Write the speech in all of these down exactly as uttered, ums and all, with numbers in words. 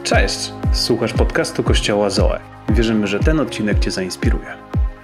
Cześć! Słuchasz podcastu Kościoła Zoe. Wierzymy, że ten odcinek Cię zainspiruje.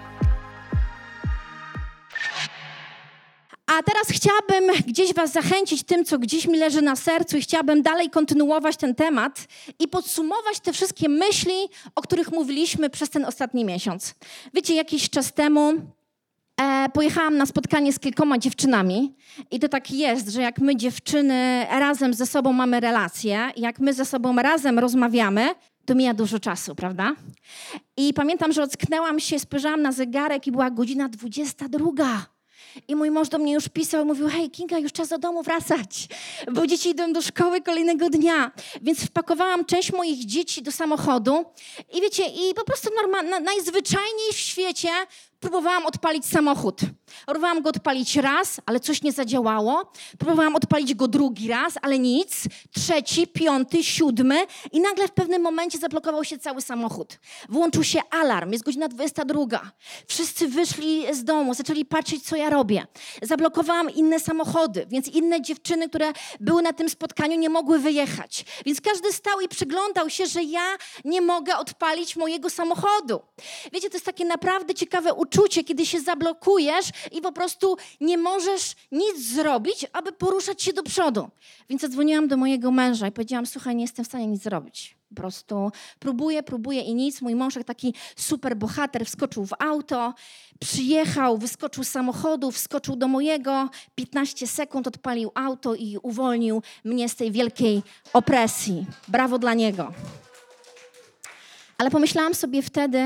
A teraz chciałabym gdzieś was zachęcić tym, co gdzieś mi leży na sercu i chciałabym dalej kontynuować ten temat i podsumować te wszystkie myśli, o których mówiliśmy przez ten ostatni miesiąc. Wiecie, jakiś czas temu e, pojechałam na spotkanie z kilkoma dziewczynami i to tak jest, że jak my dziewczyny razem ze sobą mamy relacje, jak my ze sobą razem rozmawiamy, to mija dużo czasu, prawda? I pamiętam, że ocknęłam się, spojrzałam na zegarek i była godzina dwudziesta druga. I mój mąż do mnie już pisał, mówił: hej Kinga, już czas do domu wracać, bo dzieci idą do szkoły kolejnego dnia. Więc wpakowałam część moich dzieci do samochodu i wiecie, i po prostu normal, najzwyczajniej w świecie próbowałam odpalić samochód. Próbowałam go odpalić raz, ale coś nie zadziałało. Próbowałam odpalić go drugi raz, ale nic. Trzeci, piąty, siódmy i nagle w pewnym momencie zablokował się cały samochód. Włączył się alarm, jest godzina dwudziesta druga. Wszyscy wyszli z domu, zaczęli patrzeć, co ja robię. Zablokowałam inne samochody, więc inne dziewczyny, które były na tym spotkaniu, nie mogły wyjechać. Więc każdy stał i przyglądał się, że ja nie mogę odpalić mojego samochodu. Wiecie, to jest takie naprawdę ciekawe uczucie, kiedy się zablokujesz i po prostu nie możesz nic zrobić, aby poruszać się do przodu. Więc zadzwoniłam do mojego męża i powiedziałam: słuchaj, nie jestem w stanie nic zrobić. Po prostu próbuję, próbuję i nic. Mój mąż, jak taki super bohater, wskoczył w auto, przyjechał, wyskoczył z samochodu, wskoczył do mojego, piętnaście sekund odpalił auto i uwolnił mnie z tej wielkiej opresji. Brawo dla niego. Ale pomyślałam sobie wtedy,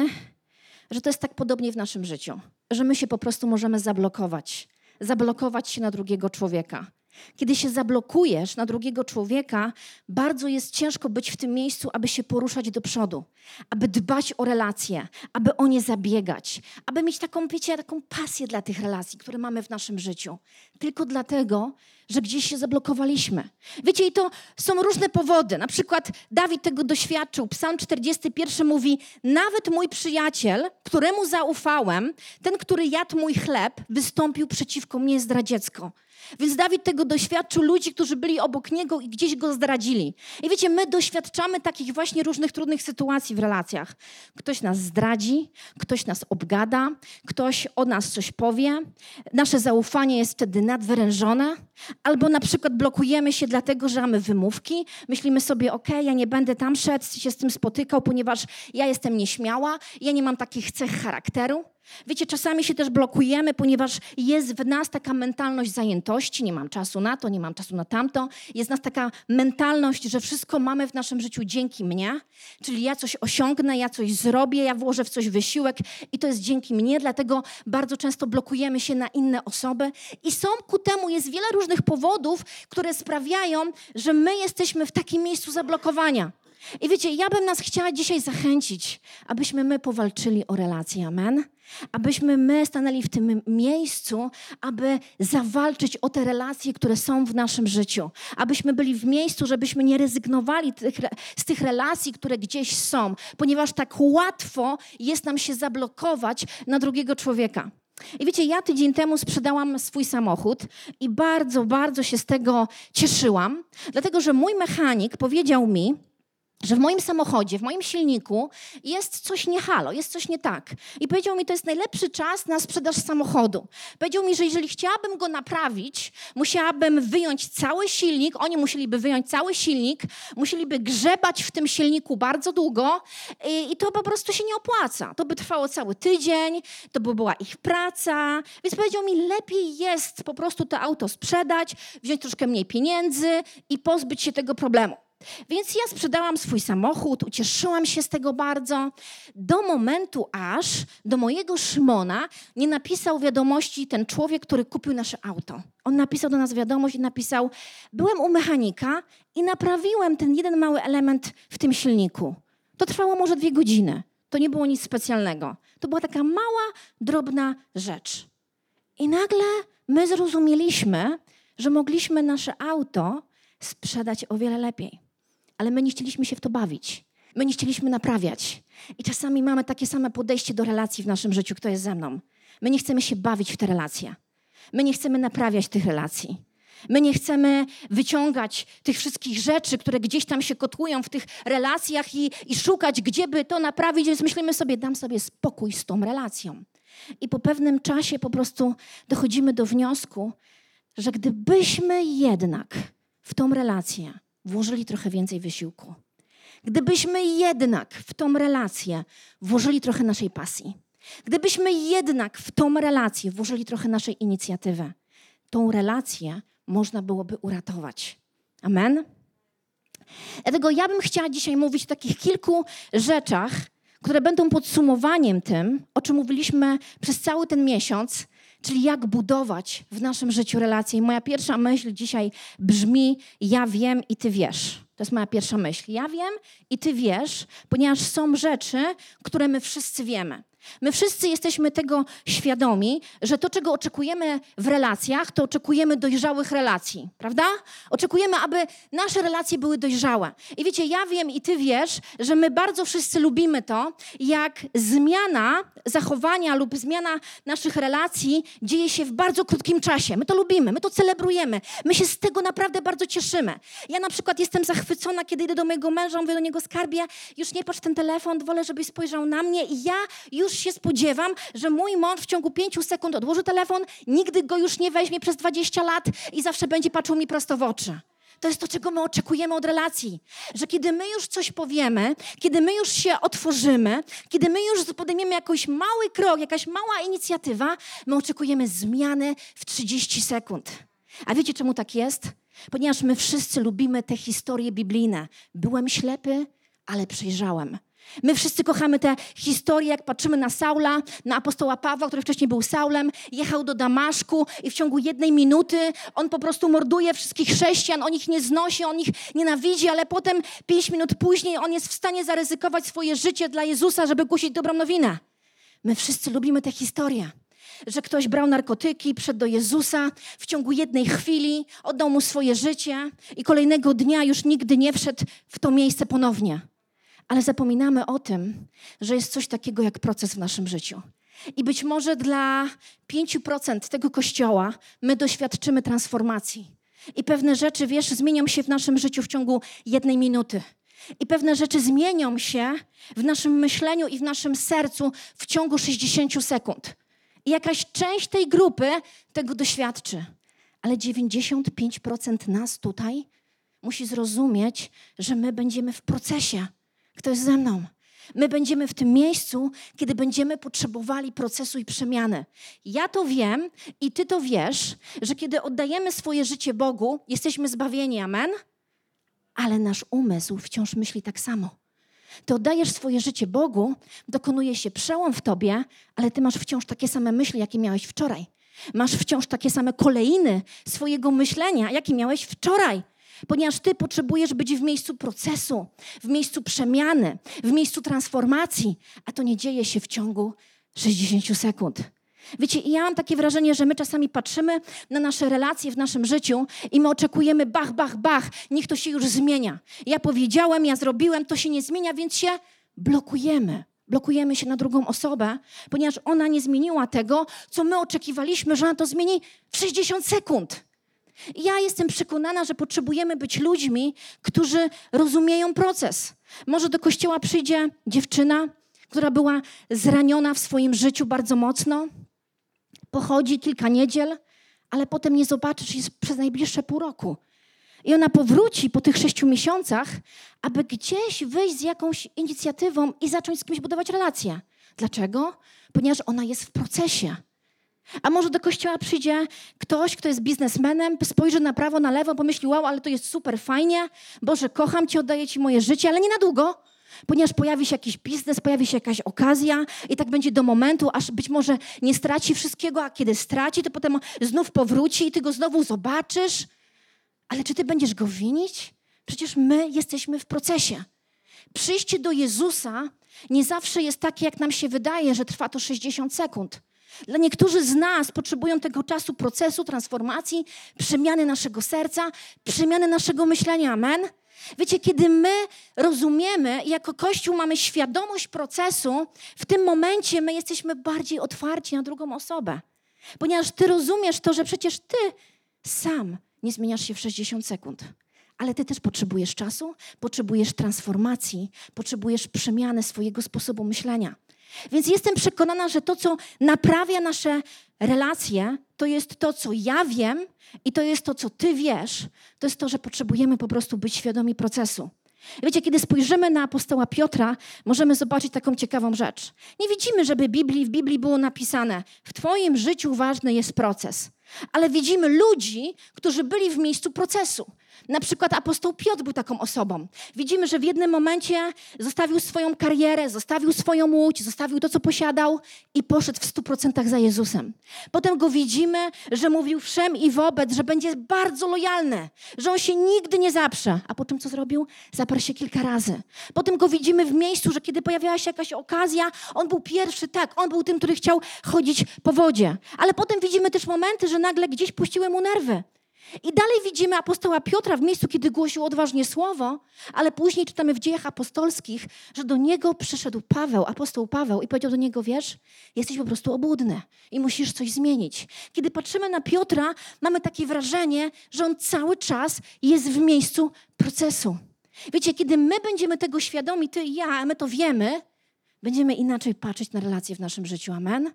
że to jest tak podobnie w naszym życiu, że my się po prostu możemy zablokować, zablokować się na drugiego człowieka. Kiedy się zablokujesz na drugiego człowieka, bardzo jest ciężko być w tym miejscu, aby się poruszać do przodu, aby dbać o relacje, aby o nie zabiegać, aby mieć taką, wiecie, taką pasję dla tych relacji, które mamy w naszym życiu. Tylko dlatego, że gdzieś się zablokowaliśmy. Wiecie, i to są różne powody. Na przykład Dawid tego doświadczył. Psalm czterdziesty pierwszy mówi: nawet mój przyjaciel, któremu zaufałem, ten, który jadł mój chleb, wystąpił przeciwko mnie zdradziecko. Więc Dawid tego doświadczył, ludzi, którzy byli obok niego i gdzieś go zdradzili. I wiecie, my doświadczamy takich właśnie różnych trudnych sytuacji w relacjach. Ktoś nas zdradzi, ktoś nas obgada, ktoś o nas coś powie. Nasze zaufanie jest wtedy nadwyrężone. Albo na przykład blokujemy się dlatego, że mamy wymówki. Myślimy sobie: okej, okay, ja nie będę tam szedł, się z tym spotykał, ponieważ ja jestem nieśmiała, ja nie mam takich cech charakteru. Wiecie, czasami się też blokujemy, ponieważ jest w nas taka mentalność zajętości. Nie mam czasu na to, nie mam czasu na tamto. Jest w nas taka mentalność, że wszystko mamy w naszym życiu dzięki mnie. Czyli ja coś osiągnę, ja coś zrobię, ja włożę w coś wysiłek i to jest dzięki mnie. Dlatego bardzo często blokujemy się na inne osoby. I są ku temu, jest wiele różnych powodów, które sprawiają, że my jesteśmy w takim miejscu zablokowania. I wiecie, ja bym nas chciała dzisiaj zachęcić, abyśmy my powalczyli o relacje, amen? Abyśmy my stanęli w tym miejscu, aby zawalczyć o te relacje, które są w naszym życiu. Abyśmy byli w miejscu, żebyśmy nie rezygnowali tych, z tych relacji, które gdzieś są, ponieważ tak łatwo jest nam się zablokować na drugiego człowieka. I wiecie, ja tydzień temu sprzedałam swój samochód i bardzo, bardzo się z tego cieszyłam, dlatego że mój mechanik powiedział mi, że w moim samochodzie, w moim silniku jest coś nie halo, jest coś nie tak. I powiedział mi, to jest najlepszy czas na sprzedaż samochodu. Powiedział mi, że jeżeli chciałabym go naprawić, musiałabym wyjąć cały silnik, oni musieliby wyjąć cały silnik, musieliby grzebać w tym silniku bardzo długo i, i to po prostu się nie opłaca. To by trwało cały tydzień, to by była ich praca, więc powiedział mi, lepiej jest po prostu to auto sprzedać, wziąć troszkę mniej pieniędzy i pozbyć się tego problemu. Więc ja sprzedałam swój samochód, ucieszyłam się z tego bardzo, do momentu aż do mojego Szymona nie napisał wiadomości ten człowiek, który kupił nasze auto. On napisał do nas wiadomość i napisał: byłem u mechanika i naprawiłem ten jeden mały element w tym silniku. To trwało może dwie godziny. To nie było nic specjalnego. To była taka mała, drobna rzecz. I nagle my zrozumieliśmy, że mogliśmy nasze auto sprzedać o wiele lepiej. Ale my nie chcieliśmy się w to bawić. My nie chcieliśmy naprawiać. I czasami mamy takie same podejście do relacji w naszym życiu. Kto jest ze mną? My nie chcemy się bawić w te relacje. My nie chcemy naprawiać tych relacji. My nie chcemy wyciągać tych wszystkich rzeczy, które gdzieś tam się kotłują w tych relacjach i, i szukać, gdzie by to naprawić, więc myślimy sobie, dam sobie spokój z tą relacją. I po pewnym czasie po prostu dochodzimy do wniosku, że gdybyśmy jednak w tą relację włożyli trochę więcej wysiłku, gdybyśmy jednak w tą relację włożyli trochę naszej pasji, gdybyśmy jednak w tą relację włożyli trochę naszej inicjatywy, tą relację można byłoby uratować. Amen? Dlatego ja bym chciała dzisiaj mówić o takich kilku rzeczach, które będą podsumowaniem tym, o czym mówiliśmy przez cały ten miesiąc, czyli jak budować w naszym życiu relacje. I moja pierwsza myśl dzisiaj brzmi: ja wiem i ty wiesz. To jest moja pierwsza myśl. Ja wiem i ty wiesz, ponieważ są rzeczy, które my wszyscy wiemy. My wszyscy jesteśmy tego świadomi, że to, czego oczekujemy w relacjach, to oczekujemy dojrzałych relacji, prawda? Oczekujemy, aby nasze relacje były dojrzałe. I wiecie, ja wiem i ty wiesz, że my bardzo wszyscy lubimy to, jak zmiana zachowania lub zmiana naszych relacji dzieje się w bardzo krótkim czasie. My to lubimy, my to celebrujemy, my się z tego naprawdę bardzo cieszymy. Ja na przykład jestem zachwycona, kiedy idę do mojego męża, mówię do niego: skarbie, już nie patrz w ten telefon, wolę, żebyś spojrzał na mnie, i ja już się spodziewam, że mój mąż w ciągu pięciu sekund odłoży telefon, nigdy go już nie weźmie przez dwadzieścia lat i zawsze będzie patrzył mi prosto w oczy. To jest to, czego my oczekujemy od relacji. Że kiedy my już coś powiemy, kiedy my już się otworzymy, kiedy my już podejmiemy jakiś mały krok, jakaś mała inicjatywa, my oczekujemy zmiany w trzydzieści sekund. A wiecie, czemu tak jest? Ponieważ my wszyscy lubimy te historie biblijne. Byłem ślepy, ale przejrzałem. My wszyscy kochamy te historie, jak patrzymy na Saula, na apostoła Pawła, który wcześniej był Saulem, jechał do Damaszku i w ciągu jednej minuty on po prostu morduje wszystkich chrześcijan, on ich nie znosi, on ich nienawidzi, ale potem pięć minut później on jest w stanie zaryzykować swoje życie dla Jezusa, żeby głosić dobrą nowinę. My wszyscy lubimy te historie, że ktoś brał narkotyki, przyszedł do Jezusa, w ciągu jednej chwili oddał mu swoje życie i kolejnego dnia już nigdy nie wszedł w to miejsce ponownie. Ale zapominamy o tym, że jest coś takiego jak proces w naszym życiu. I być może dla pięć procent tego Kościoła my doświadczymy transformacji. I pewne rzeczy, wiesz, zmienią się w naszym życiu w ciągu jednej minuty. I pewne rzeczy zmienią się w naszym myśleniu i w naszym sercu w ciągu sześćdziesięciu sekund. I jakaś część tej grupy tego doświadczy. Ale dziewięćdziesiąt pięć procent nas tutaj musi zrozumieć, że my będziemy w procesie. Kto jest ze mną? My będziemy w tym miejscu, kiedy będziemy potrzebowali procesu i przemiany. Ja to wiem i ty to wiesz, że kiedy oddajemy swoje życie Bogu, jesteśmy zbawieni, amen? Ale nasz umysł wciąż myśli tak samo. Ty oddajesz swoje życie Bogu, dokonuje się przełom w tobie, ale ty masz wciąż takie same myśli, jakie miałeś wczoraj. Masz wciąż takie same kolejny swojego myślenia, jakie miałeś wczoraj. Ponieważ ty potrzebujesz być w miejscu procesu, w miejscu przemiany, w miejscu transformacji, a to nie dzieje się w ciągu sześćdziesięciu sekund. Wiecie, i ja mam takie wrażenie, że my czasami patrzymy na nasze relacje w naszym życiu i my oczekujemy bach, bach, bach, niech to się już zmienia. Ja powiedziałem, ja zrobiłem, to się nie zmienia, więc się blokujemy. Blokujemy się na drugą osobę, ponieważ ona nie zmieniła tego, co my oczekiwaliśmy, że ona to zmieni w sześćdziesiąt sekund. Ja jestem przekonana, że potrzebujemy być ludźmi, którzy rozumieją proces. Może do kościoła przyjdzie dziewczyna, która była zraniona w swoim życiu bardzo mocno, pochodzi kilka niedziel, ale potem nie zobaczysz jej przez najbliższe pół roku. I ona powróci po tych sześciu miesiącach, aby gdzieś wyjść z jakąś inicjatywą i zacząć z kimś budować relacje. Dlaczego? Ponieważ ona jest w procesie. A może do kościoła przyjdzie ktoś, kto jest biznesmenem, spojrzy na prawo, na lewo, pomyśli: wow, ale to jest super fajnie, Boże, kocham Cię, oddaję Ci moje życie, ale nie na długo, ponieważ pojawi się jakiś biznes, pojawi się jakaś okazja i tak będzie do momentu, aż być może nie straci wszystkiego, a kiedy straci, to potem znów powróci i Ty go znowu zobaczysz. Ale czy Ty będziesz go winić? Przecież my jesteśmy w procesie. Przyjście do Jezusa nie zawsze jest takie, jak nam się wydaje, że trwa to sześćdziesiąt sekund. Dla niektórzy z nas potrzebują tego czasu procesu, transformacji, przemiany naszego serca, przemiany naszego myślenia. Amen? Wiecie, kiedy my rozumiemy i jako Kościół mamy świadomość procesu, w tym momencie my jesteśmy bardziej otwarci na drugą osobę. Ponieważ ty rozumiesz to, że przecież ty sam nie zmieniasz się w sześćdziesiąt sekund. Ale ty też potrzebujesz czasu, potrzebujesz transformacji, potrzebujesz przemiany swojego sposobu myślenia. Więc jestem przekonana, że to, co naprawia nasze relacje, to jest to, co ja wiem i to jest to, co ty wiesz. To jest to, że potrzebujemy po prostu być świadomi procesu. Wiecie, kiedy spojrzymy na apostoła Piotra, możemy zobaczyć taką ciekawą rzecz. Nie widzimy, żeby Biblii, w Biblii było napisane: w twoim życiu ważny jest proces. Ale widzimy ludzi, którzy byli w miejscu procesu. Na przykład apostoł Piotr był taką osobą. Widzimy, że w jednym momencie zostawił swoją karierę, zostawił swoją łódź, zostawił to, co posiadał i poszedł w stu procentach za Jezusem. Potem go widzimy, że mówił wszem i wobec, że będzie bardzo lojalny, że on się nigdy nie zaprze. A potem co zrobił? Zaparł się kilka razy. Potem go widzimy w miejscu, że kiedy pojawiała się jakaś okazja, on był pierwszy, tak, on był tym, który chciał chodzić po wodzie. Ale potem widzimy też momenty, że nagle gdzieś puściły mu nerwy. I dalej widzimy apostoła Piotra w miejscu, kiedy głosił odważnie słowo, ale później czytamy w Dziejach Apostolskich, że do niego przyszedł Paweł, apostoł Paweł i powiedział do niego: wiesz, jesteś po prostu obłudny i musisz coś zmienić. Kiedy patrzymy na Piotra, mamy takie wrażenie, że on cały czas jest w miejscu procesu. Wiecie, kiedy my będziemy tego świadomi, ty i ja, a my to wiemy, będziemy inaczej patrzeć na relacje w naszym życiu. Amen?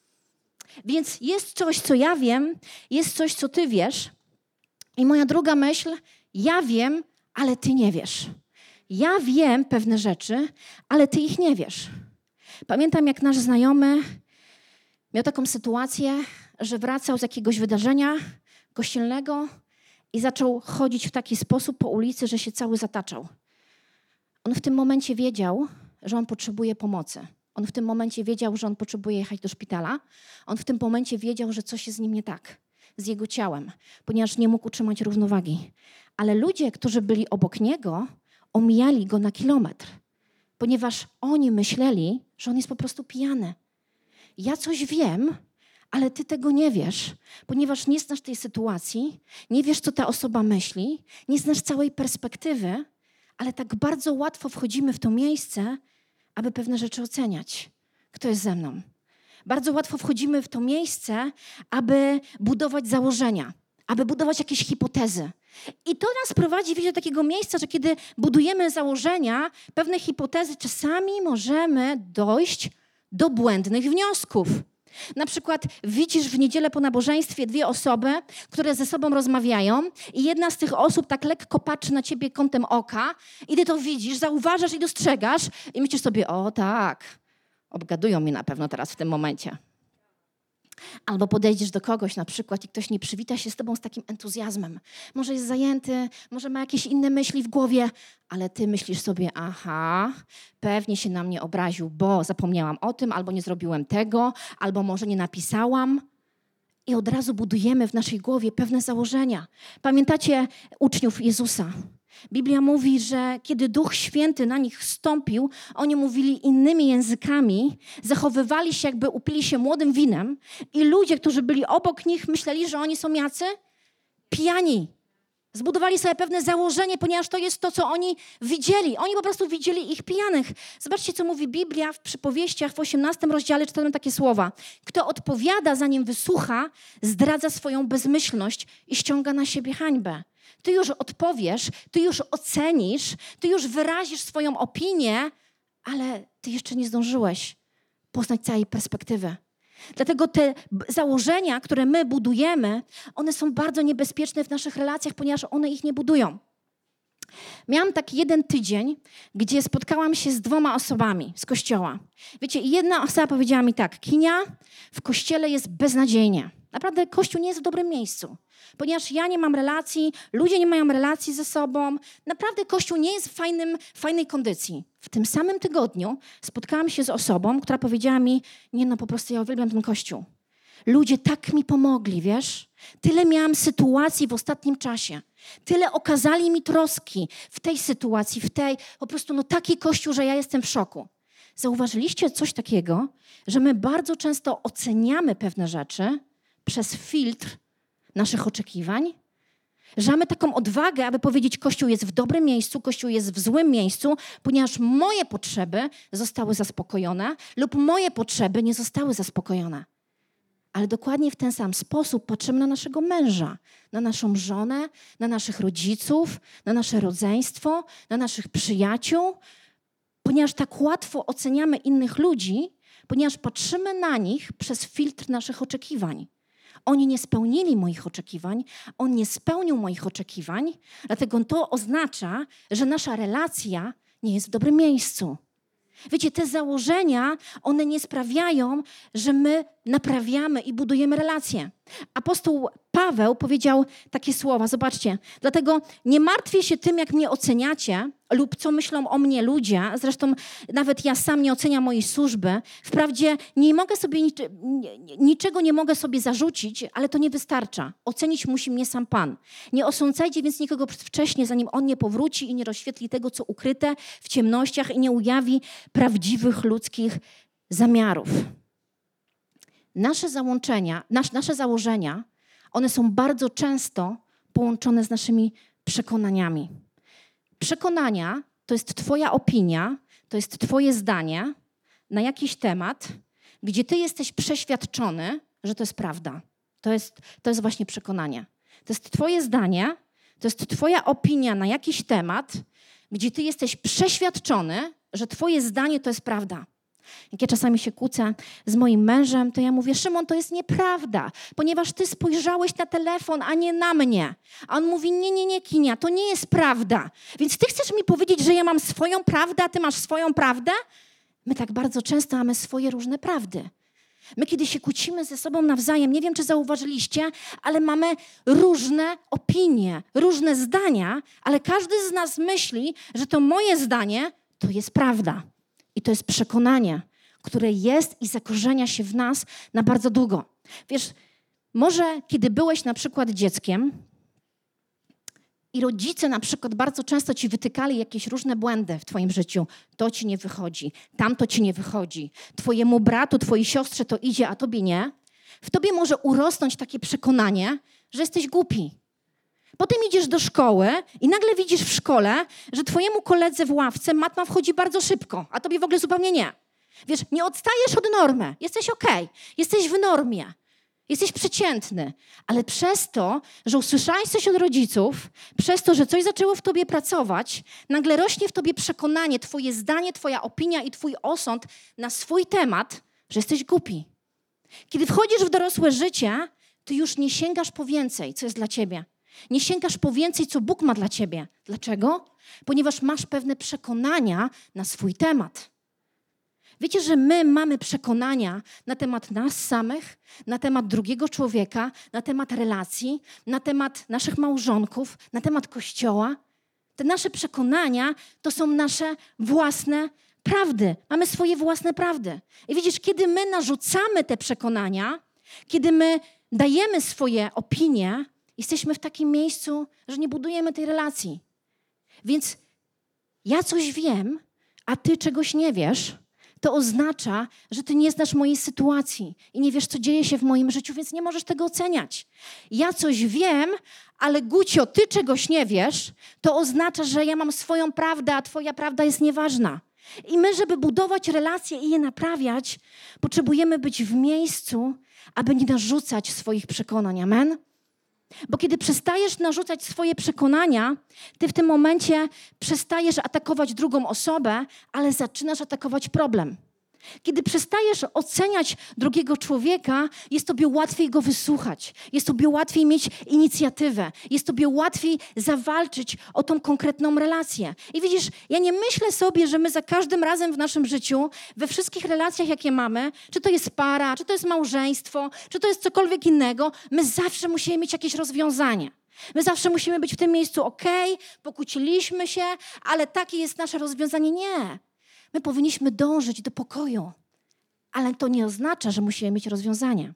Więc jest coś, co ja wiem, jest coś, co ty wiesz. I moja druga myśl: ja wiem, ale ty nie wiesz. Ja wiem pewne rzeczy, ale ty ich nie wiesz. Pamiętam, jak nasz znajomy miał taką sytuację, że wracał z jakiegoś wydarzenia kościelnego i zaczął chodzić w taki sposób po ulicy, że się cały zataczał. On w tym momencie wiedział, że on potrzebuje pomocy. On w tym momencie wiedział, że on potrzebuje jechać do szpitala. On w tym momencie wiedział, że coś jest z nim nie tak, z jego ciałem, ponieważ nie mógł utrzymać równowagi. Ale ludzie, którzy byli obok niego, omijali go na kilometr, ponieważ oni myśleli, że on jest po prostu pijany. Ja coś wiem, ale ty tego nie wiesz, ponieważ nie znasz tej sytuacji, nie wiesz, co ta osoba myśli, nie znasz całej perspektywy, ale tak bardzo łatwo wchodzimy w to miejsce, aby pewne rzeczy oceniać. Kto jest ze mną? Bardzo łatwo wchodzimy w to miejsce, aby budować założenia, aby budować jakieś hipotezy. I to nas prowadzi, wiecie, do takiego miejsca, że kiedy budujemy założenia, pewne hipotezy, czasami możemy dojść do błędnych wniosków. Na przykład widzisz w niedzielę po nabożeństwie dwie osoby, które ze sobą rozmawiają i jedna z tych osób tak lekko patrzy na ciebie kątem oka i ty to widzisz, zauważasz i dostrzegasz i myślisz sobie: o tak, obgadują mnie na pewno teraz w tym momencie. Albo podejdziesz do kogoś na przykład i ktoś nie przywita się z tobą z takim entuzjazmem. Może jest zajęty, może ma jakieś inne myśli w głowie, ale ty myślisz sobie: aha, pewnie się na mnie obraził, bo zapomniałam o tym, albo nie zrobiłem tego, albo może nie napisałam. I od razu budujemy w naszej głowie pewne założenia. Pamiętacie uczniów Jezusa? Biblia mówi, że kiedy Duch Święty na nich zstąpił, oni mówili innymi językami, zachowywali się, jakby upili się młodym winem i ludzie, którzy byli obok nich, myśleli, że oni są jacy? Pijani. Zbudowali sobie pewne założenie, ponieważ to jest to, co oni widzieli. Oni po prostu widzieli ich pijanych. Zobaczcie, co mówi Biblia w przypowieściach w osiemnastym rozdziale, czytamy takie słowa. Kto odpowiada, zanim wysłucha, zdradza swoją bezmyślność i ściąga na siebie hańbę. Ty już odpowiesz, ty już ocenisz, ty już wyrazisz swoją opinię, ale ty jeszcze nie zdążyłeś poznać całej perspektywy. Dlatego te założenia, które my budujemy, one są bardzo niebezpieczne w naszych relacjach, ponieważ one ich nie budują. Miałam taki jeden tydzień, gdzie spotkałam się z dwoma osobami z kościoła. Wiecie, jedna osoba powiedziała mi tak: Kinia, w kościele jest beznadziejnie. Naprawdę kościół nie jest w dobrym miejscu, ponieważ ja nie mam relacji, ludzie nie mają relacji ze sobą. Naprawdę kościół nie jest w fajnym, fajnej kondycji. W tym samym tygodniu spotkałam się z osobą, która powiedziała mi: nie no, po prostu ja uwielbiam ten kościół. Ludzie tak mi pomogli, wiesz? Tyle miałam sytuacji w ostatnim czasie. Tyle okazali mi troski w tej sytuacji, w tej, po prostu no taki kościół, że ja jestem w szoku. Zauważyliście coś takiego, że my bardzo często oceniamy pewne rzeczy przez filtr naszych oczekiwań? Że mamy taką odwagę, aby powiedzieć: Kościół jest w dobrym miejscu, Kościół jest w złym miejscu, ponieważ moje potrzeby zostały zaspokojone lub moje potrzeby nie zostały zaspokojone. Ale dokładnie w ten sam sposób patrzymy na naszego męża, na naszą żonę, na naszych rodziców, na nasze rodzeństwo, na naszych przyjaciół, ponieważ tak łatwo oceniamy innych ludzi, ponieważ patrzymy na nich przez filtr naszych oczekiwań. Oni nie spełnili moich oczekiwań, on nie spełnił moich oczekiwań, dlatego to oznacza, że nasza relacja nie jest w dobrym miejscu. Wiecie, te założenia, one nie sprawiają, że my naprawiamy i budujemy relacje. Apostoł Paweł powiedział takie słowa, zobaczcie, dlatego nie martwię się tym, jak mnie oceniacie lub co myślą o mnie ludzie, zresztą nawet ja sam nie oceniam mojej służby. Wprawdzie nie mogę sobie nic, niczego nie mogę sobie zarzucić, ale to nie wystarcza. Ocenić musi mnie sam Pan. Nie osądzajcie więc nikogo wcześniej, zanim On nie powróci i nie rozświetli tego, co ukryte w ciemnościach i nie ujawi prawdziwych ludzkich zamiarów. Nasze załączenia, nas, nasze założenia, one są bardzo często połączone z naszymi przekonaniami. Przekonania to jest twoja opinia, to jest twoje zdanie na jakiś temat, gdzie ty jesteś przeświadczony, że to jest prawda. To jest, to jest właśnie przekonanie. To jest twoje zdanie, to jest twoja opinia na jakiś temat, gdzie ty jesteś przeświadczony, że twoje zdanie to jest prawda. Jak ja czasami się kłócę z moim mężem, to ja mówię, Szymon, to jest nieprawda, ponieważ ty spojrzałeś na telefon, a nie na mnie. A on mówi, nie, nie, nie, Kinia, to nie jest prawda. Więc ty chcesz mi powiedzieć, że ja mam swoją prawdę, a ty masz swoją prawdę? My tak bardzo często mamy swoje różne prawdy. My kiedy się kłócimy ze sobą nawzajem, nie wiem, czy zauważyliście, ale mamy różne opinie, różne zdania, ale każdy z nas myśli, że to moje zdanie to jest prawda. I to jest przekonanie, które jest i zakorzenia się w nas na bardzo długo. Wiesz, może kiedy byłeś na przykład dzieckiem i rodzice na przykład bardzo często ci wytykali jakieś różne błędy w twoim życiu. To ci nie wychodzi, tamto ci nie wychodzi. Twojemu bratu, twojej siostrze to idzie, a tobie nie. W tobie może urosnąć takie przekonanie, że jesteś głupi. Potem idziesz do szkoły i nagle widzisz w szkole, że twojemu koledze w ławce matma wchodzi bardzo szybko, a tobie w ogóle zupełnie nie. Wiesz, nie odstajesz od normy. Jesteś okej, jesteś w normie, jesteś przeciętny, ale przez to, że usłyszałeś coś od rodziców, przez to, że coś zaczęło w tobie pracować, nagle rośnie w tobie przekonanie, twoje zdanie, twoja opinia i twój osąd na swój temat, że jesteś głupi. Kiedy wchodzisz w dorosłe życie, ty już nie sięgasz po więcej, co jest dla ciebie. Nie sięgasz po więcej, co Bóg ma dla ciebie. Dlaczego? Ponieważ masz pewne przekonania na swój temat. Wiecie, że my mamy przekonania na temat nas samych, na temat drugiego człowieka, na temat relacji, na temat naszych małżonków, na temat Kościoła. Te nasze przekonania to są nasze własne prawdy. Mamy swoje własne prawdy. I widzisz, kiedy my narzucamy te przekonania, kiedy my dajemy swoje opinie, jesteśmy w takim miejscu, że nie budujemy tej relacji. Więc ja coś wiem, a ty czegoś nie wiesz, to oznacza, że ty nie znasz mojej sytuacji i nie wiesz, co dzieje się w moim życiu, więc nie możesz tego oceniać. Ja coś wiem, ale Gucio, ty czegoś nie wiesz, to oznacza, że ja mam swoją prawdę, a twoja prawda jest nieważna. I my, żeby budować relacje i je naprawiać, potrzebujemy być w miejscu, aby nie narzucać swoich przekonań. Amen? Bo kiedy przestajesz narzucać swoje przekonania, ty w tym momencie przestajesz atakować drugą osobę, ale zaczynasz atakować problem. Kiedy przestajesz oceniać drugiego człowieka, jest tobie łatwiej go wysłuchać, jest tobie łatwiej mieć inicjatywę, jest tobie łatwiej zawalczyć o tą konkretną relację. I widzisz, ja nie myślę sobie, że my za każdym razem w naszym życiu, we wszystkich relacjach, jakie mamy, czy to jest para, czy to jest małżeństwo, czy to jest cokolwiek innego, my zawsze musimy mieć jakieś rozwiązanie. My zawsze musimy być w tym miejscu, okej, okay, pokłóciliśmy się, ale takie jest nasze rozwiązanie. Nie. My powinniśmy dążyć do pokoju, ale to nie oznacza, że musimy mieć rozwiązanie.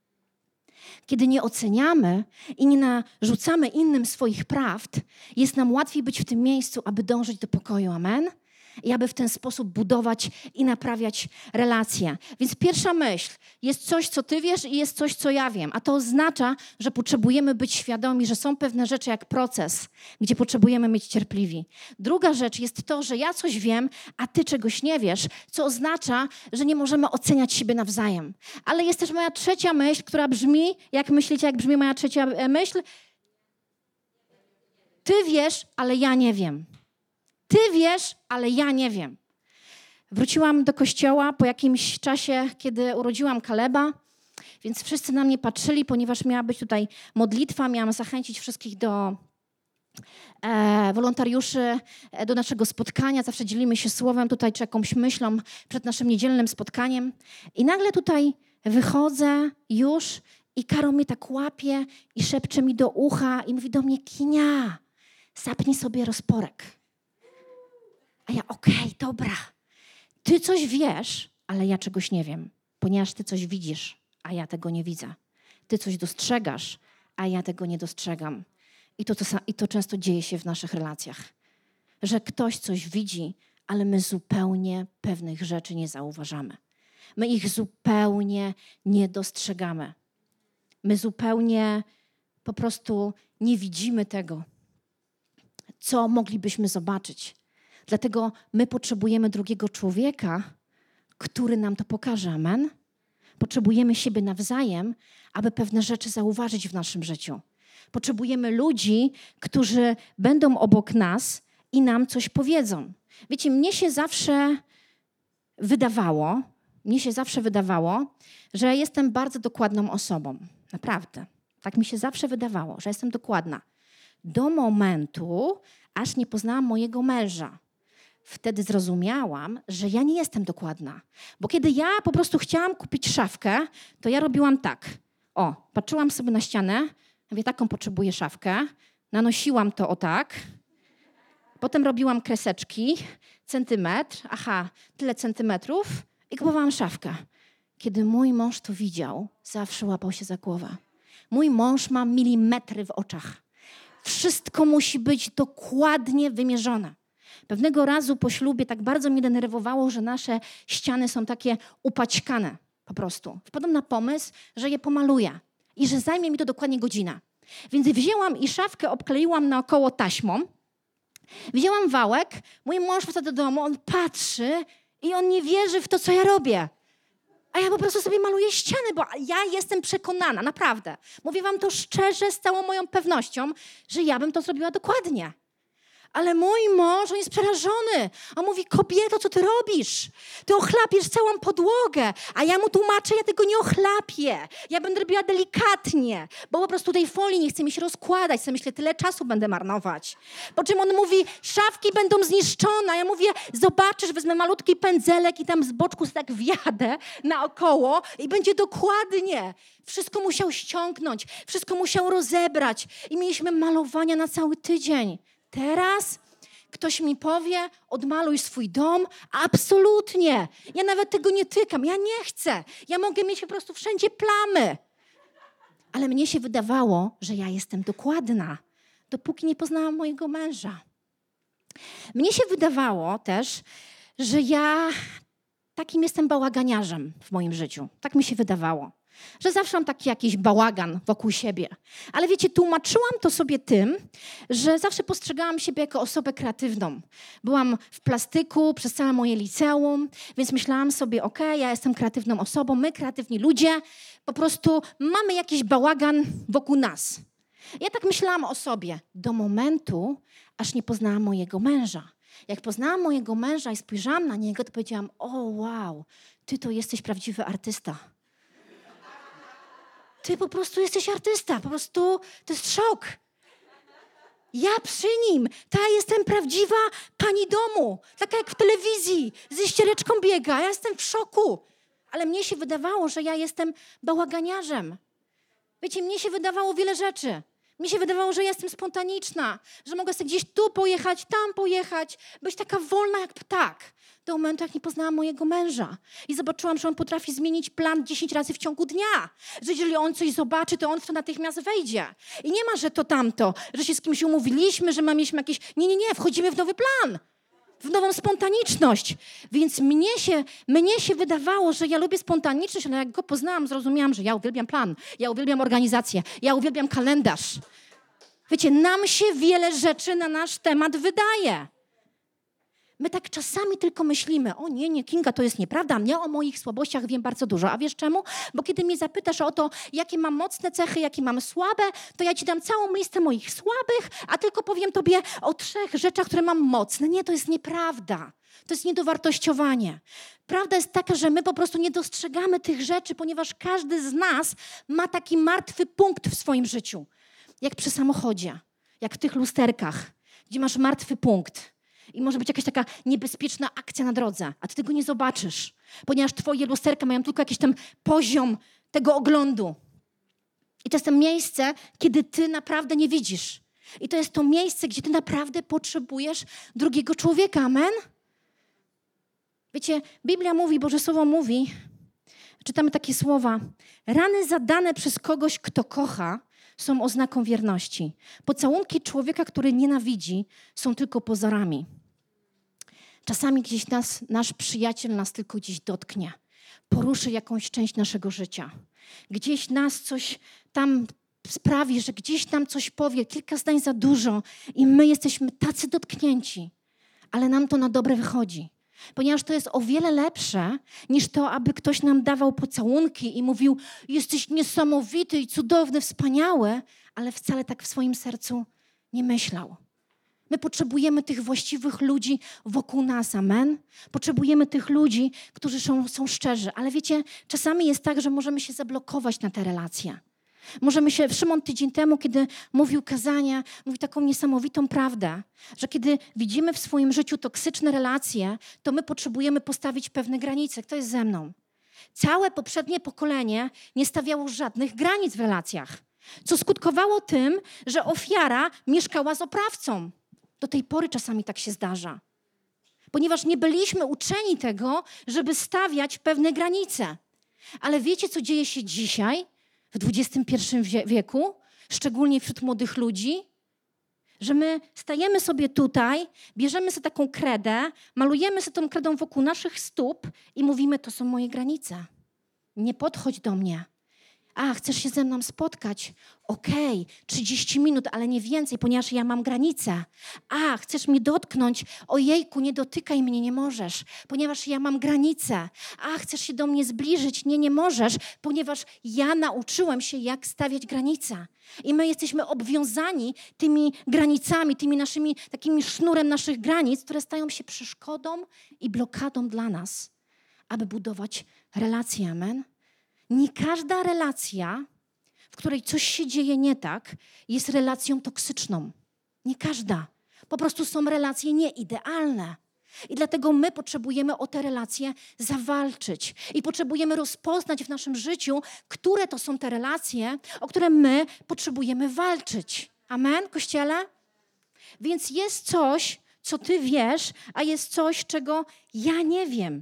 Kiedy nie oceniamy i nie narzucamy innym swoich prawd, jest nam łatwiej być w tym miejscu, aby dążyć do pokoju. Amen? i aby w ten sposób budować i naprawiać relacje. Więc pierwsza myśl, jest coś, co ty wiesz i jest coś, co ja wiem, a to oznacza, że potrzebujemy być świadomi, że są pewne rzeczy jak proces, gdzie potrzebujemy mieć cierpliwi. Druga rzecz jest to, że ja coś wiem, a ty czegoś nie wiesz, co oznacza, że nie możemy oceniać siebie nawzajem. Ale jest też moja trzecia myśl, która brzmi, jak myślicie, jak brzmi moja trzecia myśl? Ty wiesz, ale ja nie wiem. Ty wiesz, ale ja nie wiem. Wróciłam do kościoła po jakimś czasie, kiedy urodziłam Kaleba, więc wszyscy na mnie patrzyli, ponieważ miała być tutaj modlitwa, miałam zachęcić wszystkich do e, wolontariuszy e, do naszego spotkania. Zawsze dzielimy się słowem tutaj, czy jakąś myślą przed naszym niedzielnym spotkaniem. I nagle tutaj wychodzę już i Karo mnie tak łapie i szepcze mi do ucha i mówi do mnie: Kinia, zapnij sobie rozporek. A ja, okej, okay, dobra. Ty coś wiesz, ale ja czegoś nie wiem, ponieważ ty coś widzisz, a ja tego nie widzę. Ty coś dostrzegasz, a ja tego nie dostrzegam. I to, to, i to często dzieje się w naszych relacjach. Że ktoś coś widzi, ale my zupełnie pewnych rzeczy nie zauważamy. My ich zupełnie nie dostrzegamy. My zupełnie po prostu nie widzimy tego, co moglibyśmy zobaczyć. Dlatego my potrzebujemy drugiego człowieka, który nam to pokaże. Amen? Potrzebujemy siebie nawzajem, aby pewne rzeczy zauważyć w naszym życiu. Potrzebujemy ludzi, którzy będą obok nas i nam coś powiedzą. Wiecie, mnie się zawsze wydawało, mnie się zawsze wydawało, że jestem bardzo dokładną osobą. Naprawdę. Tak mi się zawsze wydawało, że jestem dokładna. Do momentu, aż nie poznałam mojego męża. Wtedy zrozumiałam, że ja nie jestem dokładna. Bo kiedy ja po prostu chciałam kupić szafkę, to ja robiłam tak. O, patrzyłam sobie na ścianę, mówię, taką potrzebuję szafkę. Nanosiłam to o tak. Potem robiłam kreseczki, centymetr, aha, tyle centymetrów i kupowałam szafkę. Kiedy mój mąż to widział, zawsze łapał się za głowę. Mój mąż ma milimetry w oczach. Wszystko musi być dokładnie wymierzone. Pewnego razu po ślubie tak bardzo mnie denerwowało, że nasze ściany są takie upaćkane po prostu. Wpadłam na pomysł, że je pomaluję i że zajmie mi to dokładnie godzinę. Więc wzięłam i szafkę obkleiłam naokoło taśmą. Wzięłam wałek, mój mąż wraca do domu, on patrzy i on nie wierzy w to, co ja robię. A ja po prostu sobie maluję ściany, bo ja jestem przekonana, naprawdę. Mówię wam to szczerze, z całą moją pewnością, że ja bym to zrobiła dokładnie. Ale mój mąż, on jest przerażony. On mówi, kobieto, co ty robisz? Ty ochlapiesz całą podłogę. A ja mu tłumaczę, ja tego nie ochlapię. Ja będę robiła delikatnie, bo po prostu tej folii nie chce mi się rozkładać. Sobie myślę, tyle czasu będę marnować. Po czym on mówi, szafki będą zniszczone. A ja mówię, zobaczysz, wezmę malutki pędzelek i tam z boczku tak wjadę naokoło i będzie dokładnie. Wszystko musiał ściągnąć, wszystko musiał rozebrać. I mieliśmy malowania na cały tydzień. Teraz ktoś mi powie, odmaluj swój dom. Absolutnie. Ja nawet tego nie tykam. Ja nie chcę. Ja mogę mieć po prostu wszędzie plamy. Ale mnie się wydawało, że ja jestem dokładna, dopóki nie poznałam mojego męża. Mnie się wydawało też, że ja takim jestem bałaganiarzem w moim życiu. Tak mi się wydawało. Że zawsze mam taki jakiś bałagan wokół siebie. Ale wiecie, tłumaczyłam to sobie tym, że zawsze postrzegałam siebie jako osobę kreatywną. Byłam w plastyku przez całe moje liceum, więc myślałam sobie, okej, okay, ja jestem kreatywną osobą, my, kreatywni ludzie, po prostu mamy jakiś bałagan wokół nas. Ja tak myślałam o sobie do momentu, aż nie poznałam mojego męża. Jak poznałam mojego męża i spojrzałam na niego, to powiedziałam, o wow, ty to jesteś prawdziwy artysta. Ty po prostu jesteś artysta, po prostu to jest szok. Ja przy nim, ta jestem prawdziwa pani domu, taka jak w telewizji, ze ściereczką biega, ja jestem w szoku. Ale mnie się wydawało, że ja jestem bałaganiarzem. Wiecie, mnie się wydawało wiele rzeczy. Mnie się wydawało, że jestem spontaniczna, że mogę sobie gdzieś tu pojechać, tam pojechać, być taka wolna jak ptak. Do momentu, jak nie poznałam mojego męża. I zobaczyłam, że on potrafi zmienić plan dziesięć razy w ciągu dnia. Że jeżeli on coś zobaczy, to on w to natychmiast wejdzie. I nie ma, że to tamto, że się z kimś umówiliśmy, że ma mieliśmy jakieś... Nie, nie, nie, wchodzimy w nowy plan. w nową spontaniczność. Więc mnie się, mnie się wydawało, że ja lubię spontaniczność, ale jak go poznałam, zrozumiałam, że ja uwielbiam plan, ja uwielbiam organizację, ja uwielbiam kalendarz. Wiecie, nam się wiele rzeczy na nasz temat wydaje. My tak czasami tylko myślimy, o nie, nie, Kinga, to jest nieprawda, ja o moich słabościach wiem bardzo dużo. A wiesz czemu? Bo kiedy mnie zapytasz o to, jakie mam mocne cechy, jakie mam słabe, to ja ci dam całą listę moich słabych, a tylko powiem tobie o trzech rzeczach, które mam mocne. Nie, to jest nieprawda. To jest niedowartościowanie. Prawda jest taka, że my po prostu nie dostrzegamy tych rzeczy, ponieważ każdy z nas ma taki martwy punkt w swoim życiu. Jak przy samochodzie, jak w tych lusterkach, gdzie masz martwy punkt. I może być jakaś taka niebezpieczna akcja na drodze, a ty tego nie zobaczysz, ponieważ twoje lusterka mają tylko jakiś tam poziom tego oglądu. I to jest to miejsce, kiedy ty naprawdę nie widzisz. I to jest to miejsce, gdzie ty naprawdę potrzebujesz drugiego człowieka. Amen? Wiecie, Biblia mówi, Boże Słowo mówi, czytamy takie słowa. Rany zadane przez kogoś, kto kocha, są oznaką wierności. Pocałunki człowieka, który nienawidzi, są tylko pozorami. Czasami gdzieś nas, nasz przyjaciel nas tylko gdzieś dotknie, poruszy jakąś część naszego życia. Gdzieś nas coś tam sprawi, że gdzieś nam coś powie, kilka zdań za dużo i my jesteśmy tacy dotknięci, ale nam to na dobre wychodzi. Ponieważ to jest o wiele lepsze niż to, aby ktoś nam dawał pocałunki i mówił, jesteś niesamowity i cudowny, wspaniały, ale wcale tak w swoim sercu nie myślał. My potrzebujemy tych właściwych ludzi wokół nas, amen? Potrzebujemy tych ludzi, którzy są, są szczerzy. Ale wiecie, czasami jest tak, że możemy się zablokować na te relacje. Możemy się, Szymon tydzień temu, kiedy mówił kazanie, mówił taką niesamowitą prawdę, że kiedy widzimy w swoim życiu toksyczne relacje, to my potrzebujemy postawić pewne granice. Kto jest ze mną? Całe poprzednie pokolenie nie stawiało żadnych granic w relacjach, co skutkowało tym, że ofiara mieszkała z oprawcą. Do tej pory czasami tak się zdarza, ponieważ nie byliśmy uczeni tego, żeby stawiać pewne granice. Ale wiecie, co dzieje się dzisiaj? W dwudziestym pierwszym wieku, szczególnie wśród młodych ludzi, że my stajemy sobie tutaj, bierzemy sobie taką kredę, malujemy sobie tą kredą wokół naszych stóp i mówimy, to są moje granice. Nie podchodź do mnie. A, chcesz się ze mną spotkać? Okej, trzydzieści minut, ale nie więcej, ponieważ ja mam granice. A, chcesz mnie dotknąć? Ojejku, nie dotykaj mnie, nie możesz, ponieważ ja mam granice. A, chcesz się do mnie zbliżyć? Nie, nie możesz, ponieważ ja nauczyłem się, jak stawiać granice. I my jesteśmy obwiązani tymi granicami, tymi naszymi, takimi sznurem naszych granic, które stają się przeszkodą i blokadą dla nas, aby budować relacje. Amen? Nie każda relacja, w której coś się dzieje nie tak, jest relacją toksyczną. Nie każda. Po prostu są relacje nieidealne. I dlatego my potrzebujemy o te relacje zawalczyć. I potrzebujemy rozpoznać w naszym życiu, które to są te relacje, o które my potrzebujemy walczyć. Amen, Kościele? Więc jest coś, co ty wiesz, a jest coś, czego ja nie wiem.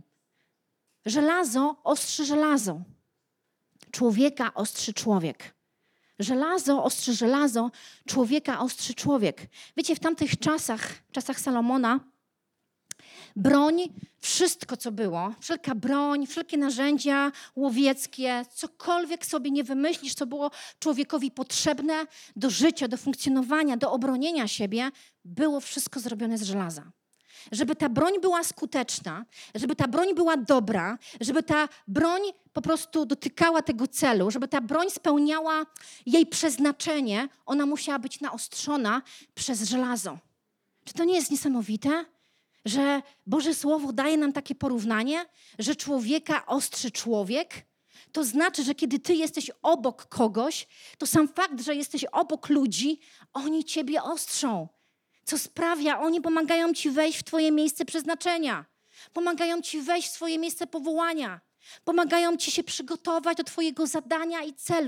Żelazo ostrzy żelazo. Człowieka ostrzy człowiek. Żelazo ostrzy żelazo, człowieka ostrzy człowiek. Wiecie, w tamtych czasach, czasach Salomona, broń, wszystko co było, wszelka broń, wszelkie narzędzia łowieckie, cokolwiek sobie nie wymyślisz, co było człowiekowi potrzebne do życia, do funkcjonowania, do obronienia siebie, było wszystko zrobione z żelaza. Żeby ta broń była skuteczna, żeby ta broń była dobra, żeby ta broń po prostu dotykała tego celu, żeby ta broń spełniała jej przeznaczenie, ona musiała być naostrzona przez żelazo. Czy to nie jest niesamowite, że Boże Słowo daje nam takie porównanie, że człowieka ostrzy człowiek? To znaczy, że kiedy ty jesteś obok kogoś, to sam fakt, że jesteś obok ludzi, oni ciebie ostrzą. Co sprawia, oni pomagają ci wejść w twoje miejsce przeznaczenia. Pomagają ci wejść w swoje miejsce powołania. Pomagają ci się przygotować do twojego zadania i celu.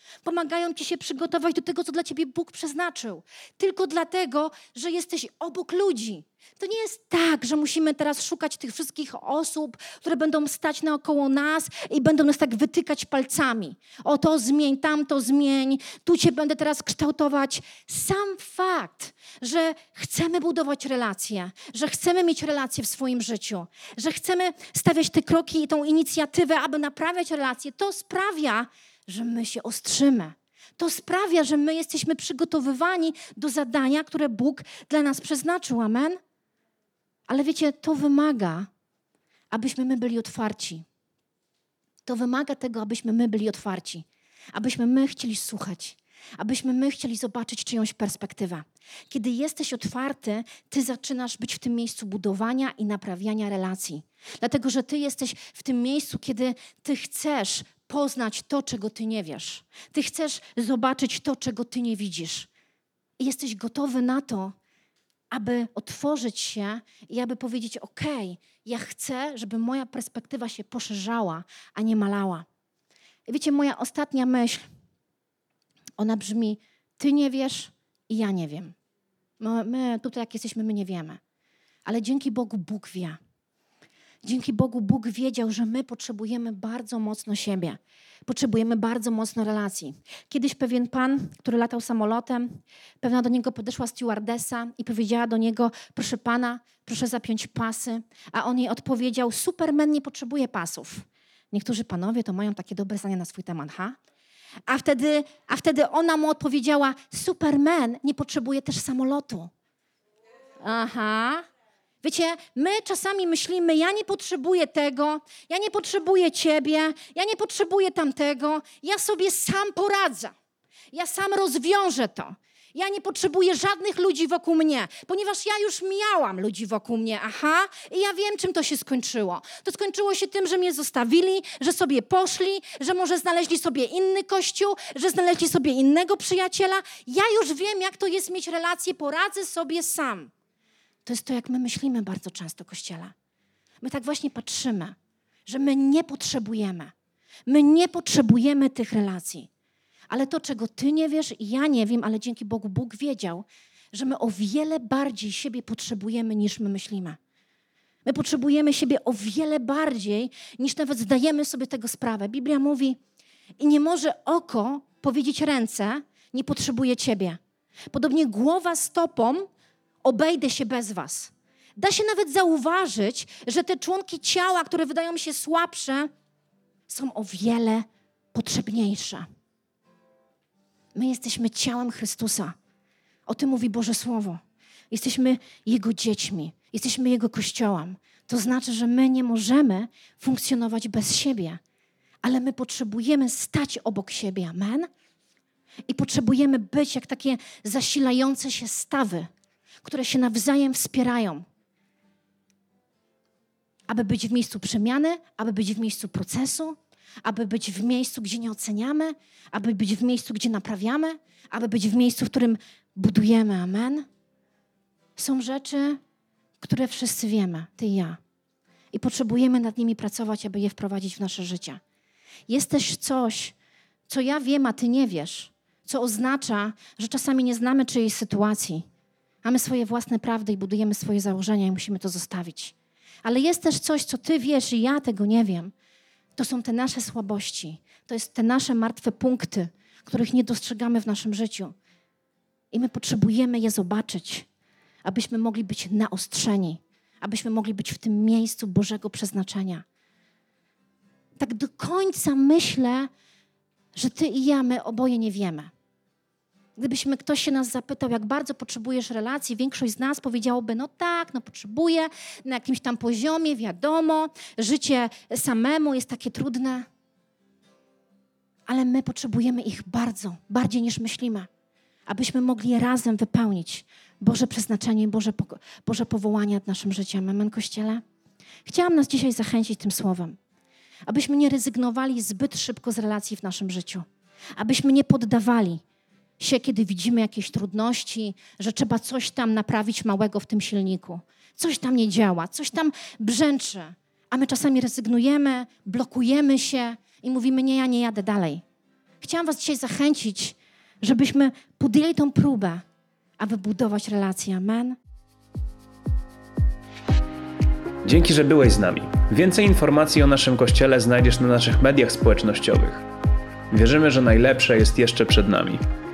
Pomagają ci się przygotować do tego, co dla ciebie Bóg przeznaczył. Tylko dlatego, że jesteś obok ludzi. To nie jest tak, że musimy teraz szukać tych wszystkich osób, które będą stać naokoło nas i będą nas tak wytykać palcami. O to zmień, tamto zmień, tu cię będę teraz kształtować. Sam fakt, że chcemy budować relacje, że chcemy mieć relacje w swoim życiu, że chcemy stawiać te kroki i tą inicjatywę, aby naprawiać relacje, to sprawia, że my się ostrzymy. To sprawia, że my jesteśmy przygotowywani do zadania, które Bóg dla nas przeznaczył. Amen? Ale wiecie, to wymaga, abyśmy my byli otwarci. To wymaga tego, abyśmy my byli otwarci. Abyśmy my chcieli słuchać. Abyśmy my chcieli zobaczyć czyjąś perspektywę. Kiedy jesteś otwarty, ty zaczynasz być w tym miejscu budowania i naprawiania relacji. Dlatego, że ty jesteś w tym miejscu, kiedy ty chcesz poznać to, czego ty nie wiesz. Ty chcesz zobaczyć to, czego ty nie widzisz. I jesteś gotowy na to, aby otworzyć się i aby powiedzieć, okej, ja chcę, żeby moja perspektywa się poszerzała, a nie malała. I wiecie, moja ostatnia myśl, ona brzmi, ty nie wiesz i ja nie wiem. My, my tutaj jak jesteśmy, my nie wiemy. Ale dzięki Bogu Bóg wie. Dzięki Bogu Bóg wiedział, że my potrzebujemy bardzo mocno siebie. Potrzebujemy bardzo mocno relacji. Kiedyś pewien pan, który latał samolotem, pewna do niego podeszła stewardessa i powiedziała do niego, proszę pana, proszę zapiąć pasy. A on jej odpowiedział, Superman nie potrzebuje pasów. Niektórzy panowie to mają takie dobre zdania na swój temat, ha? A wtedy, a wtedy ona mu odpowiedziała, Superman nie potrzebuje też samolotu. Aha. Wiecie, my czasami myślimy, ja nie potrzebuję tego, ja nie potrzebuję ciebie, ja nie potrzebuję tamtego, ja sobie sam poradzę, ja sam rozwiążę to. Ja nie potrzebuję żadnych ludzi wokół mnie, ponieważ ja już miałam ludzi wokół mnie, aha, i ja wiem, czym to się skończyło. To skończyło się tym, że mnie zostawili, że sobie poszli, że może znaleźli sobie inny kościół, że znaleźli sobie innego przyjaciela. Ja już wiem, jak to jest mieć relację, poradzę sobie sam. To jest to, jak my myślimy bardzo często, Kościele. My tak właśnie patrzymy, że my nie potrzebujemy. My nie potrzebujemy tych relacji. Ale to, czego ty nie wiesz i ja nie wiem, ale dzięki Bogu Bóg wiedział, że my o wiele bardziej siebie potrzebujemy, niż my myślimy. My potrzebujemy siebie o wiele bardziej, niż nawet zdajemy sobie tego sprawę. Biblia mówi, i nie może oko powiedzieć ręce, nie potrzebuje ciebie. Podobnie głowa stopą, obejdę się bez was. Da się nawet zauważyć, że te członki ciała, które wydają się słabsze, są o wiele potrzebniejsze. My jesteśmy ciałem Chrystusa. O tym mówi Boże Słowo. Jesteśmy Jego dziećmi. Jesteśmy Jego Kościołem. To znaczy, że my nie możemy funkcjonować bez siebie. Ale my potrzebujemy stać obok siebie. Amen? I potrzebujemy być jak takie zasilające się stawy, które się nawzajem wspierają. Aby być w miejscu przemiany, aby być w miejscu procesu, aby być w miejscu, gdzie nie oceniamy, aby być w miejscu, gdzie naprawiamy, aby być w miejscu, w którym budujemy. Amen? Są rzeczy, które wszyscy wiemy, ty i ja. I potrzebujemy nad nimi pracować, aby je wprowadzić w nasze życie. Jest też coś, co ja wiem, a ty nie wiesz, co oznacza, że czasami nie znamy czyjejś sytuacji. Mamy swoje własne prawdy i budujemy swoje założenia i musimy to zostawić. Ale jest też coś, co ty wiesz i ja tego nie wiem. To są te nasze słabości. To jest te nasze martwe punkty, których nie dostrzegamy w naszym życiu. I my potrzebujemy je zobaczyć, abyśmy mogli być naostrzeni, abyśmy mogli być w tym miejscu Bożego przeznaczenia. Tak do końca myślę, że ty i ja, my oboje nie wiemy. Gdybyśmy ktoś się nas zapytał, jak bardzo potrzebujesz relacji, większość z nas powiedziałoby, no tak, no potrzebuję, na jakimś tam poziomie, wiadomo, życie samemu jest takie trudne. Ale my potrzebujemy ich bardzo, bardziej niż myślimy, abyśmy mogli razem wypełnić Boże przeznaczenie, Boże, Boże powołanie nad naszym życiem. Amen, Kościele? Chciałam nas dzisiaj zachęcić tym słowem, abyśmy nie rezygnowali zbyt szybko z relacji w naszym życiu, abyśmy nie poddawali się, kiedy widzimy jakieś trudności, że trzeba coś tam naprawić małego w tym silniku. Coś tam nie działa, coś tam brzęczy. A my czasami rezygnujemy, blokujemy się i mówimy, nie, ja nie jadę dalej. chciałam was dzisiaj zachęcić, żebyśmy podjęli tą próbę, aby budować relacje. Amen. Dzięki, że byłeś z nami. Więcej informacji o naszym Kościele znajdziesz na naszych mediach społecznościowych. Wierzymy, że najlepsze jest jeszcze przed nami.